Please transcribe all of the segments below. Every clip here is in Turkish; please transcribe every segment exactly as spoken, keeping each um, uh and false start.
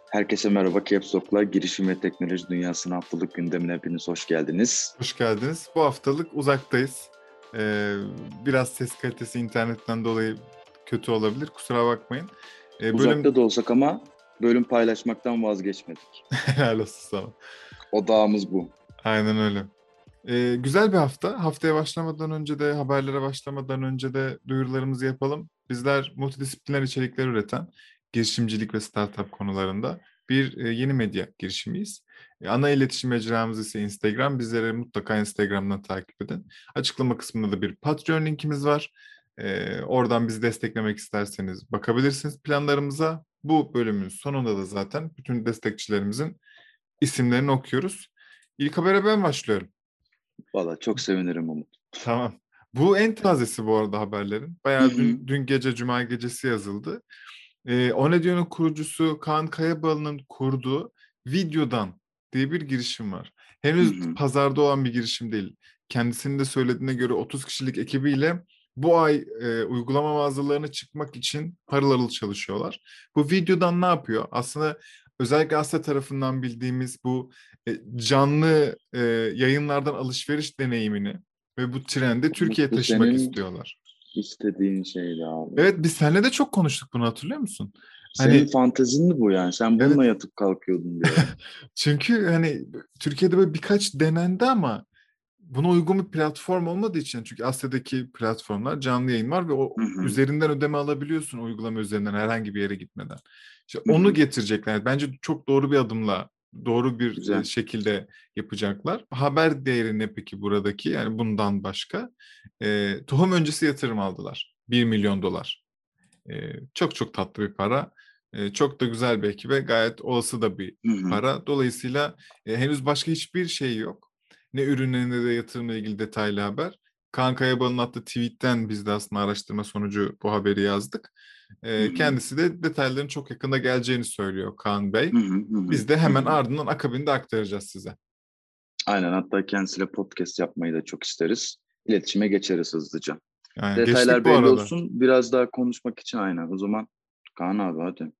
Herkese merhaba. Caps Lock'la girişim ve teknoloji dünyasının haftalık gündemine hepiniz hoş geldiniz. Hoş geldiniz. Bu haftalık uzaktayız. Ee, biraz ses kalitesi internetten dolayı kötü olabilir. Kusura bakmayın. Ee, bölüm Uzakta da olsak ama bölüm paylaşmaktan vazgeçmedik. helal olsun sana. Odağımız bu. Aynen öyle. Ee, güzel bir hafta. Haftaya başlamadan önce de, haberlere başlamadan önce de duyurularımızı yapalım. Bizler multidisipliner içerikler üreten girişimcilik ve startup konularında bir e, yeni medya girişimiyiz. E, ana iletişim mecramız ise Instagram. Bizleri mutlaka Instagram'dan takip edin. Açıklama kısmında da bir Patreon linkimiz var. E, oradan bizi desteklemek isterseniz bakabilirsiniz planlarımıza. Bu bölümün sonunda da zaten bütün destekçilerimizin isimlerini okuyoruz. İlk habere ben başlıyorum. Valla çok sevinirim Umut. Tamam. Bu en tazesi bu arada haberlerin. Hı Bayağı hı. dün, dün gece Cuma gecesi yazıldı. Ee, Onedio'nun kurucusu Kaan Kayabalı'nın kurduğu Videodan diye bir girişim var. Hı Henüz hı. pazarda olan bir girişim değil. Kendisinin de söylediğine göre otuz kişilik ekibiyle bu ay e, uygulama mağazalarına çıkmak için harıl harıl çalışıyorlar. Bu Videodan ne yapıyor? Aslında özellikle Asya tarafından bildiğimiz bu e, canlı e, yayınlardan alışveriş deneyimini ve bu trendi Umut, Türkiye'ye bu taşımak senin istiyorlar. istediğin şeydi abi. Evet, biz seninle de çok konuştuk bunu, hatırlıyor musun? Senin Hani fantezin mi bu yani? Sen bununla evet, yatıp kalkıyordun bir ara. çünkü hani Türkiye'de böyle birkaç denendi ama buna uygun bir platform olmadığı için, çünkü Asya'daki platformlar canlı yayın var ve o Hı hı. üzerinden ödeme alabiliyorsun uygulama üzerinden herhangi bir yere gitmeden. İşte Hı onu hı. getirecekler. Bence çok doğru bir adımla, doğru bir e, Güzel. şekilde yapacaklar. Haber değeri ne peki buradaki? Yani bundan başka. E, tohum öncesi yatırım aldılar. Bir milyon dolar. E, çok çok tatlı bir para. E, çok da güzel belki ve gayet olası da bir Hı hı. para. Dolayısıyla e, henüz başka hiçbir şey yok. Ne ürünlerine ne de yatırımla ilgili detaylı haber. Kaan Kayabal'ın attığı tweetten biz de aslında araştırma sonucu bu haberi yazdık. Hı E, hı. kendisi de detayların çok yakında geleceğini söylüyor Kaan Hı Bey. hı. Hı hı. Biz de Hı hemen hı. ardından akabinde aktaracağız size. Aynen, hatta kendisiyle podcast yapmayı da çok isteriz. İletişime geçeriz hızlıca. Yani geçtik Detaylar bu belli arada. olsun. Biraz daha konuşmak için aynen. O zaman Kaan abi hadi.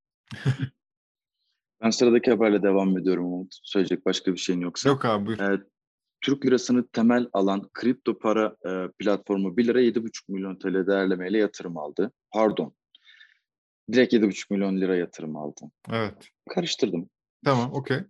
Ben sıradaki haberle devam ediyorum Umut. Söyleyecek başka bir şeyin yoksa. Yok abi, buyur. Ee, Türk lirasını temel alan kripto para e, platformu bir lira yedi buçuk milyon T L değerlemeyle yatırım aldı. Pardon. Direkt yedi buçuk milyon lira yatırım aldı. Evet. Karıştırdım. Tamam, okey.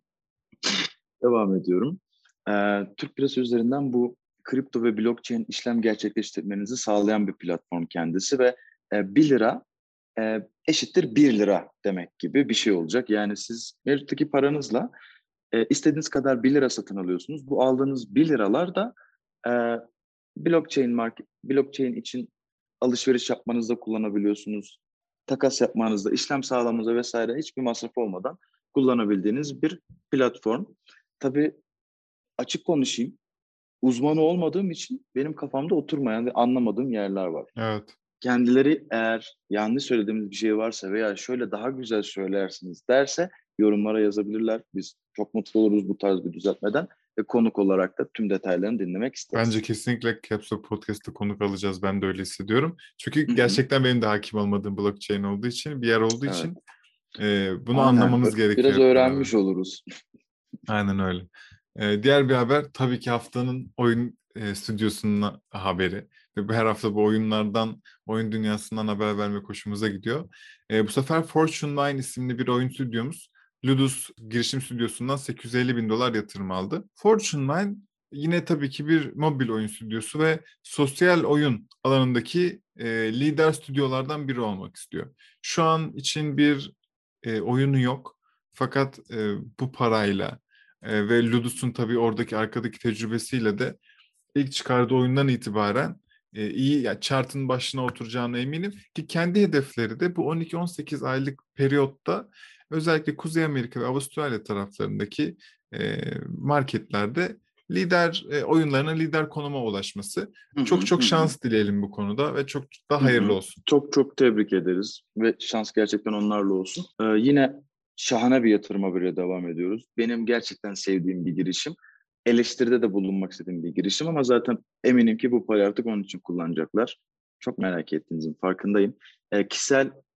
Devam ediyorum. Ee, Türk lirası üzerinden bu kripto ve blockchain işlem gerçekleştirmenizi sağlayan bir platform kendisi ve e, bir lira e, eşittir bir lira demek gibi bir şey olacak. Yani siz mevcuttaki paranızla e, istediğiniz kadar bir lira satın alıyorsunuz. Bu aldığınız bir liralar da e, blockchain market, blockchain için alışveriş yapmanızda kullanabiliyorsunuz. Takas yapmanızda, işlem sağlamanızda vesaire hiçbir masraf olmadan kullanabildiğiniz bir platform. Tabii açık konuşayım. Uzmanı olmadığım için benim kafamda oturmayan ve anlamadığım yerler var. Evet. Kendileri eğer yanlış söylediğimiz bir şey varsa veya şöyle daha güzel söylersiniz derse yorumlara yazabilirler. Biz çok mutlu oluruz bu tarz bir düzeltmeden ve konuk olarak da tüm detaylarını dinlemek Bence isteriz. kesinlikle Caps Lock Podcast'ta konuk alacağız. Ben de öyle hissediyorum. Çünkü Hı hı, gerçekten benim de hakim olmadığım blockchain olduğu için, bir yer olduğu evet. için e, bunu Aynen. anlamamız Ö- gerekiyor Biraz hep beraber. öğrenmiş oluruz. Aynen öyle. E, diğer bir haber tabii ki haftanın oyun e, stüdyosunun haberi. Ve bu- her hafta bu oyunlardan, oyun dünyasından haber vermek hoşumuza gidiyor. E, bu sefer Fortune Nine isimli bir oyun stüdyomuz Ludus girişim stüdyosundan sekiz yüz elli bin dolar yatırım aldı. Fortune Nine yine tabii ki bir mobil oyun stüdyosu ve sosyal oyun alanındaki e, lider stüdyolardan biri olmak istiyor. Şu an için bir e, oyunu yok. Fakat e, bu parayla e, ve Ludus'un tabii oradaki arkadaki tecrübesiyle de ilk çıkardığı oyundan itibaren e, iyi, yani chart'ın başına oturacağına eminim ki kendi hedefleri de bu on iki on sekiz aylık periyotta özellikle Kuzey Amerika ve Avustralya taraflarındaki e, marketlerde lider e, oyunlarına lider konuma ulaşması. Hı Çok hı, çok hı hı, şans dileyelim bu konuda ve çok da hı hayırlı hı. olsun. Çok çok tebrik ederiz ve şans gerçekten onlarla olsun. Ee, yine şahane bir yatırım haberiyle devam ediyoruz. Benim gerçekten sevdiğim bir girişim. Eleştiride de bulunmak istediğim bir girişim ama zaten eminim ki bu parayı artık onun için kullanacaklar. Çok merak ettiğinizin farkındayım. Ee, kişisel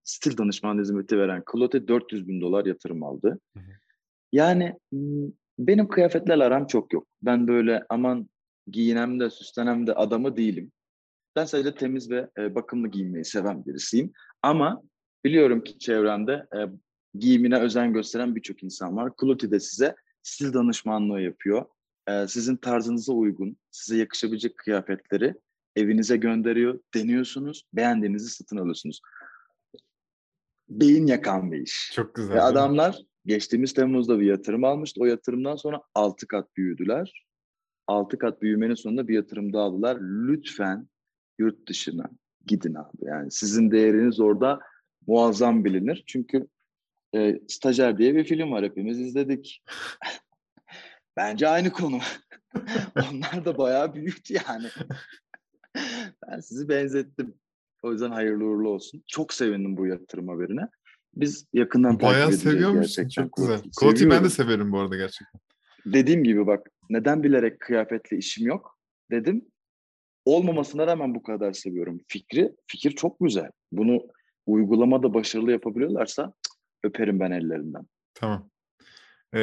stil danışmanlığı hizmeti veren Klote dört yüz bin dolar yatırım aldı. Hı hı. Yani benim kıyafetlerle aram çok yok. Ben böyle aman giyinem de süslenem de adamı değilim. Ben sadece temiz ve e, bakımlı giyinmeyi seven birisiyim. Ama biliyorum ki çevremde e, giyimine özen gösteren birçok insan var. Klote de size stil danışmanlığı yapıyor. E, sizin tarzınıza uygun, size yakışabilecek kıyafetleri evinize gönderiyor, deniyorsunuz, beğendiğinizi satın alıyorsunuz. Beyin yakan bir iş. Çok Ve güzel değil mi? adamlar geçtiğimiz Temmuz'da bir yatırım almıştı. O yatırımdan sonra altı kat büyüdüler. Altı kat büyümenin sonunda bir yatırım daha aldılar. Lütfen yurt dışına gidin abi. Yani sizin değeriniz orada muazzam bilinir. Çünkü e, Stajyer diye bir film var, hepimiz izledik. Bence aynı konu. Onlar da bayağı büyüktü yani. Ben sizi benzettim. O yüzden hayırlı uğurlu olsun. Çok sevindim bu yatırım haberine. Biz yakından takip Bayağı edeceğiz seviyormuşsun. gerçekten Çok güzel. Klote'yi. Klote'yi ben de Seviyorum. severim bu arada gerçekten. Dediğim gibi bak, neden bilerek kıyafetle işim yok dedim. Olmamasına rağmen bu kadar seviyorum. Fikri, fikir çok güzel. Bunu uygulamada başarılı yapabiliyorlarsa cık, öperim ben ellerinden. Tamam. Ee,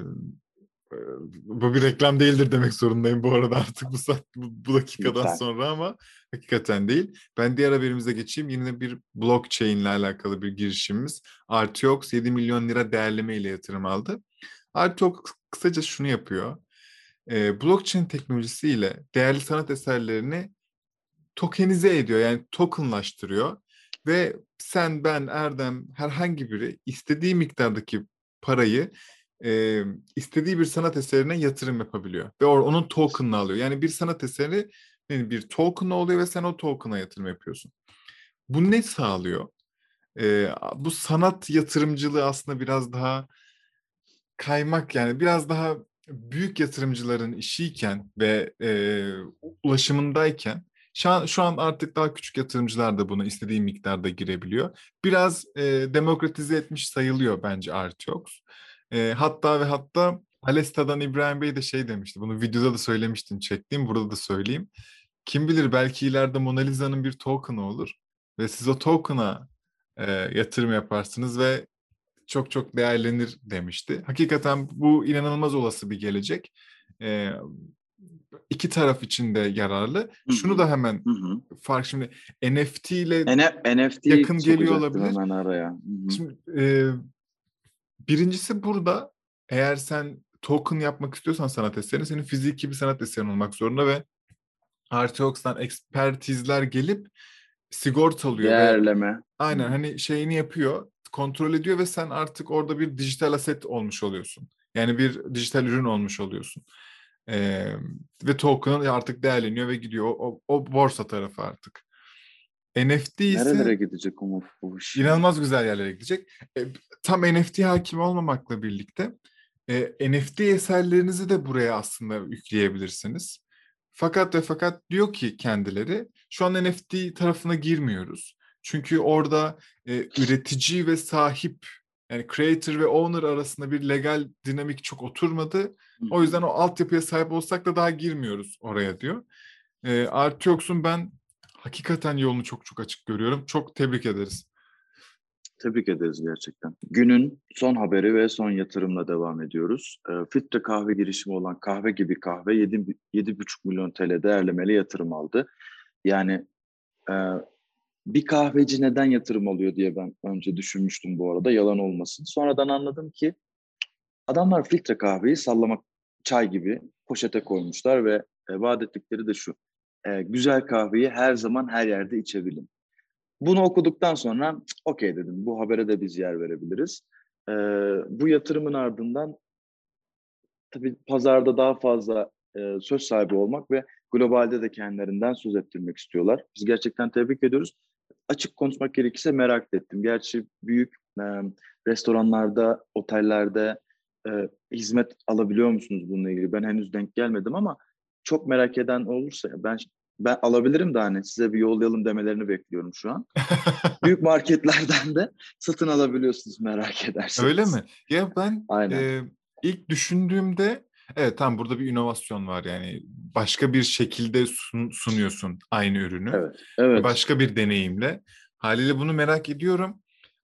e, Bu bir reklam değildir demek zorundayım bu arada artık bu, saat, bu, bu dakikadan Lütfen. sonra ama hakikaten değil. Ben diğer haberimize geçeyim. Yine bir blockchain ile alakalı bir girişimimiz. R T X yedi milyon lira değerleme ile yatırım aldı. R T X kısaca şunu yapıyor. Ee, blockchain teknolojisiyle değerli sanat eserlerini tokenize ediyor. Yani tokenlaştırıyor. Ve sen, ben, Erdem, herhangi biri istediği miktardaki parayı e, istediği bir sanat eserine yatırım yapabiliyor. Ve or- onun token'ını alıyor. Yani bir sanat eseri yani bir token oluyor ve sen o token'a yatırım yapıyorsun. Bu ne sağlıyor? E, bu sanat yatırımcılığı aslında biraz daha kaymak, yani biraz daha büyük yatırımcıların işiyken ve e, ulaşımındayken şu an, şu an artık daha küçük yatırımcılar da buna istediği miktarda girebiliyor. Biraz e, demokratize etmiş sayılıyor bence R T X. E, hatta ve hatta Alesta'dan İbrahim Bey de şey demişti. Bunu videoda da söylemiştim, çektiğim, burada da söyleyeyim. Kim bilir, belki ileride Mona Lisa'nın bir token'ı olur ve siz o token'a e, yatırım yaparsınız ve çok çok değerlenir demişti. Hakikaten bu inanılmaz olası bir gelecek. Ee, iki taraf için de yararlı. Hı Şunu hı. da hemen Hı hı. fark, şimdi N F T ile N F T'yi yakın geliyor sokacaktım olabilir. hemen araya. Hı hı. Şimdi e, birincisi burada, eğer sen token yapmak istiyorsan sanat eserini, senin fiziki bir sanat eserin olmak zorunda ve R T X'ten ekspertizler gelip sigortalıyor ve Değerleme. Hı. aynen hani şeyini yapıyor, kontrol ediyor ve sen artık orada bir dijital aset olmuş oluyorsun. Yani bir dijital ürün olmuş oluyorsun. Ee, Ve token'ın artık değerleniyor ve gidiyor. O, o, o borsa tarafı artık. N F T Nerelere ise gidecek o bu iş ya? inanılmaz güzel yerlere gidecek. E, tam N F T hakim olmamakla birlikte e, N F T eserlerinizi de buraya aslında yükleyebilirsiniz. Fakat ve fakat diyor ki kendileri, şu an N F T tarafına girmiyoruz. Çünkü orada e, üretici ve sahip, yani creator ve owner arasında bir legal dinamik çok oturmadı. Hı O hı. yüzden o altyapıya sahip olsak da daha girmiyoruz oraya diyor. E, R T X'un ben hakikaten yolunu çok çok açık görüyorum. Çok tebrik ederiz. Tebrik ederiz gerçekten. Günün son haberi ve son yatırımla devam ediyoruz. E, filtre kahve girişimi olan Kahve Gibi Kahve yedi buçuk milyon T L değerlemeli yatırım aldı. Yani e, bir kahveci neden yatırım alıyor diye ben önce düşünmüştüm bu arada, yalan olmasın. Sonradan anladım ki adamlar filtre kahveyi sallamak, çay gibi poşete koymuşlar ve e, vaat ettikleri de şu: e, güzel kahveyi her zaman her yerde içebilin. Bunu okuduktan sonra okey dedim, bu habere de biz yer verebiliriz. E, Bu yatırımın ardından tabii pazarda daha fazla e, söz sahibi olmak ve globalde de kendilerinden söz ettirmek istiyorlar. Biz gerçekten tebrik ediyoruz. Açık konuşmak gerekirse merak ettim. Gerçi büyük e, restoranlarda, otellerde e, hizmet alabiliyor musunuz bununla ilgili? Ben henüz denk gelmedim ama çok merak eden olursa ben ben alabilirim de, hani size bir yollayalım demelerini bekliyorum şu an. Büyük marketlerden de satın alabiliyorsunuz merak Öyle ederseniz. mi? Ya ben Aynen. e, ilk düşündüğümde evet, tam burada bir inovasyon var, yani başka bir şekilde sun- sunuyorsun aynı ürünü Evet. Evet. başka bir deneyimle. Haliyle bunu merak ediyorum.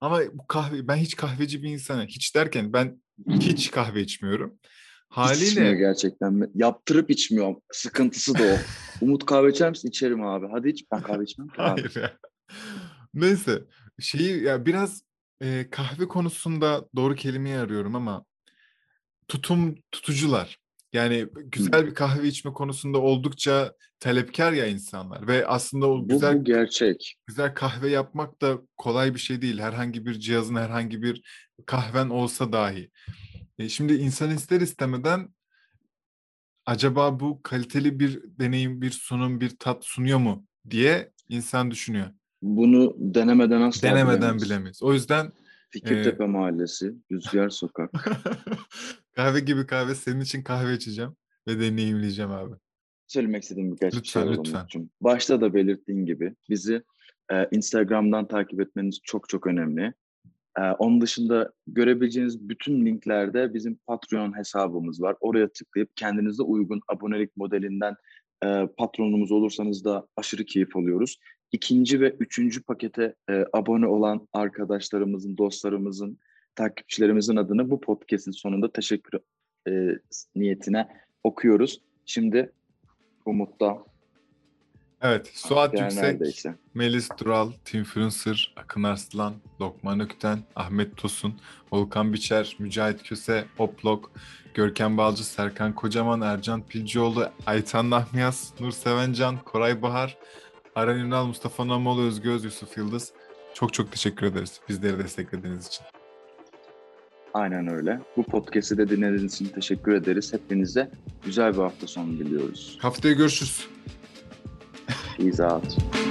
Ama bu kahve, ben hiç kahveci bir insanım. Hiç derken ben hiç kahve içmiyorum. Hiç içmiyor Haliyle gerçekten. Yaptırıp içmiyor. Sıkıntısı da o. Umut kahve içer misin? İçerim abi. Hadi iç. Ben kahve içmem ki abi. hayır ya. Neyse şeyi ya biraz e, kahve konusunda doğru kelimeyi arıyorum ama tutum tutucular. Yani Hı. güzel bir kahve içme konusunda oldukça talepkar ya insanlar ve aslında o Bu, güzel bu gerçek. güzel kahve yapmak da kolay bir şey değil. Herhangi bir cihazın herhangi bir kahven olsa dahi. E, şimdi insan ister istemeden acaba bu kaliteli bir deneyim, bir sunum, bir tat sunuyor mu diye insan düşünüyor. Bunu denemeden asla Denemeden bilemeyiz. bilemeyiz. O yüzden e, Fikirtepe Mahallesi, Rüzgar Sokak. kahve gibi kahve senin için kahve içeceğim ve deneyimleyeceğim abi. Söylemek istediğim birkaç bir şey Lütfen var lütfen. Umut'cum. Başta da belirttiğin gibi bizi e, Instagram'dan takip etmeniz çok çok önemli. E, onun dışında görebileceğiniz bütün linklerde bizim Patreon hesabımız var. Oraya tıklayıp kendinize uygun abonelik modelinden e, patronumuz olursanız da aşırı keyif alıyoruz. İkinci ve üçüncü pakete e, abone olan arkadaşlarımızın, dostlarımızın, takipçilerimizin adını bu podcast'in sonunda teşekkür e, niyetine okuyoruz. Şimdi Umut'ta Evet, Suat değer Yüksek, neredeyse. Melis Dural, Tim Fürünser, Akın Arslan, Lokman Ökten, Ahmet Tosun, Volkan Biçer, Mücahit Köse, Oplok, Görkem Balcı, Serkan Kocaman, Ercan Pilcioğlu, Aytan Nahmiyaz, Nur Sevencan, Koray Bahar, Aran Ünal, Mustafa Namoğlu, Özgü Öz, Yusuf Yıldız. Çok çok teşekkür ederiz bizleri desteklediğiniz için. Aynen öyle. Bu podcast'i de dinlediğiniz için teşekkür ederiz. Hepinize güzel bir hafta sonu diliyoruz. Haftaya görüşürüz. Peace out.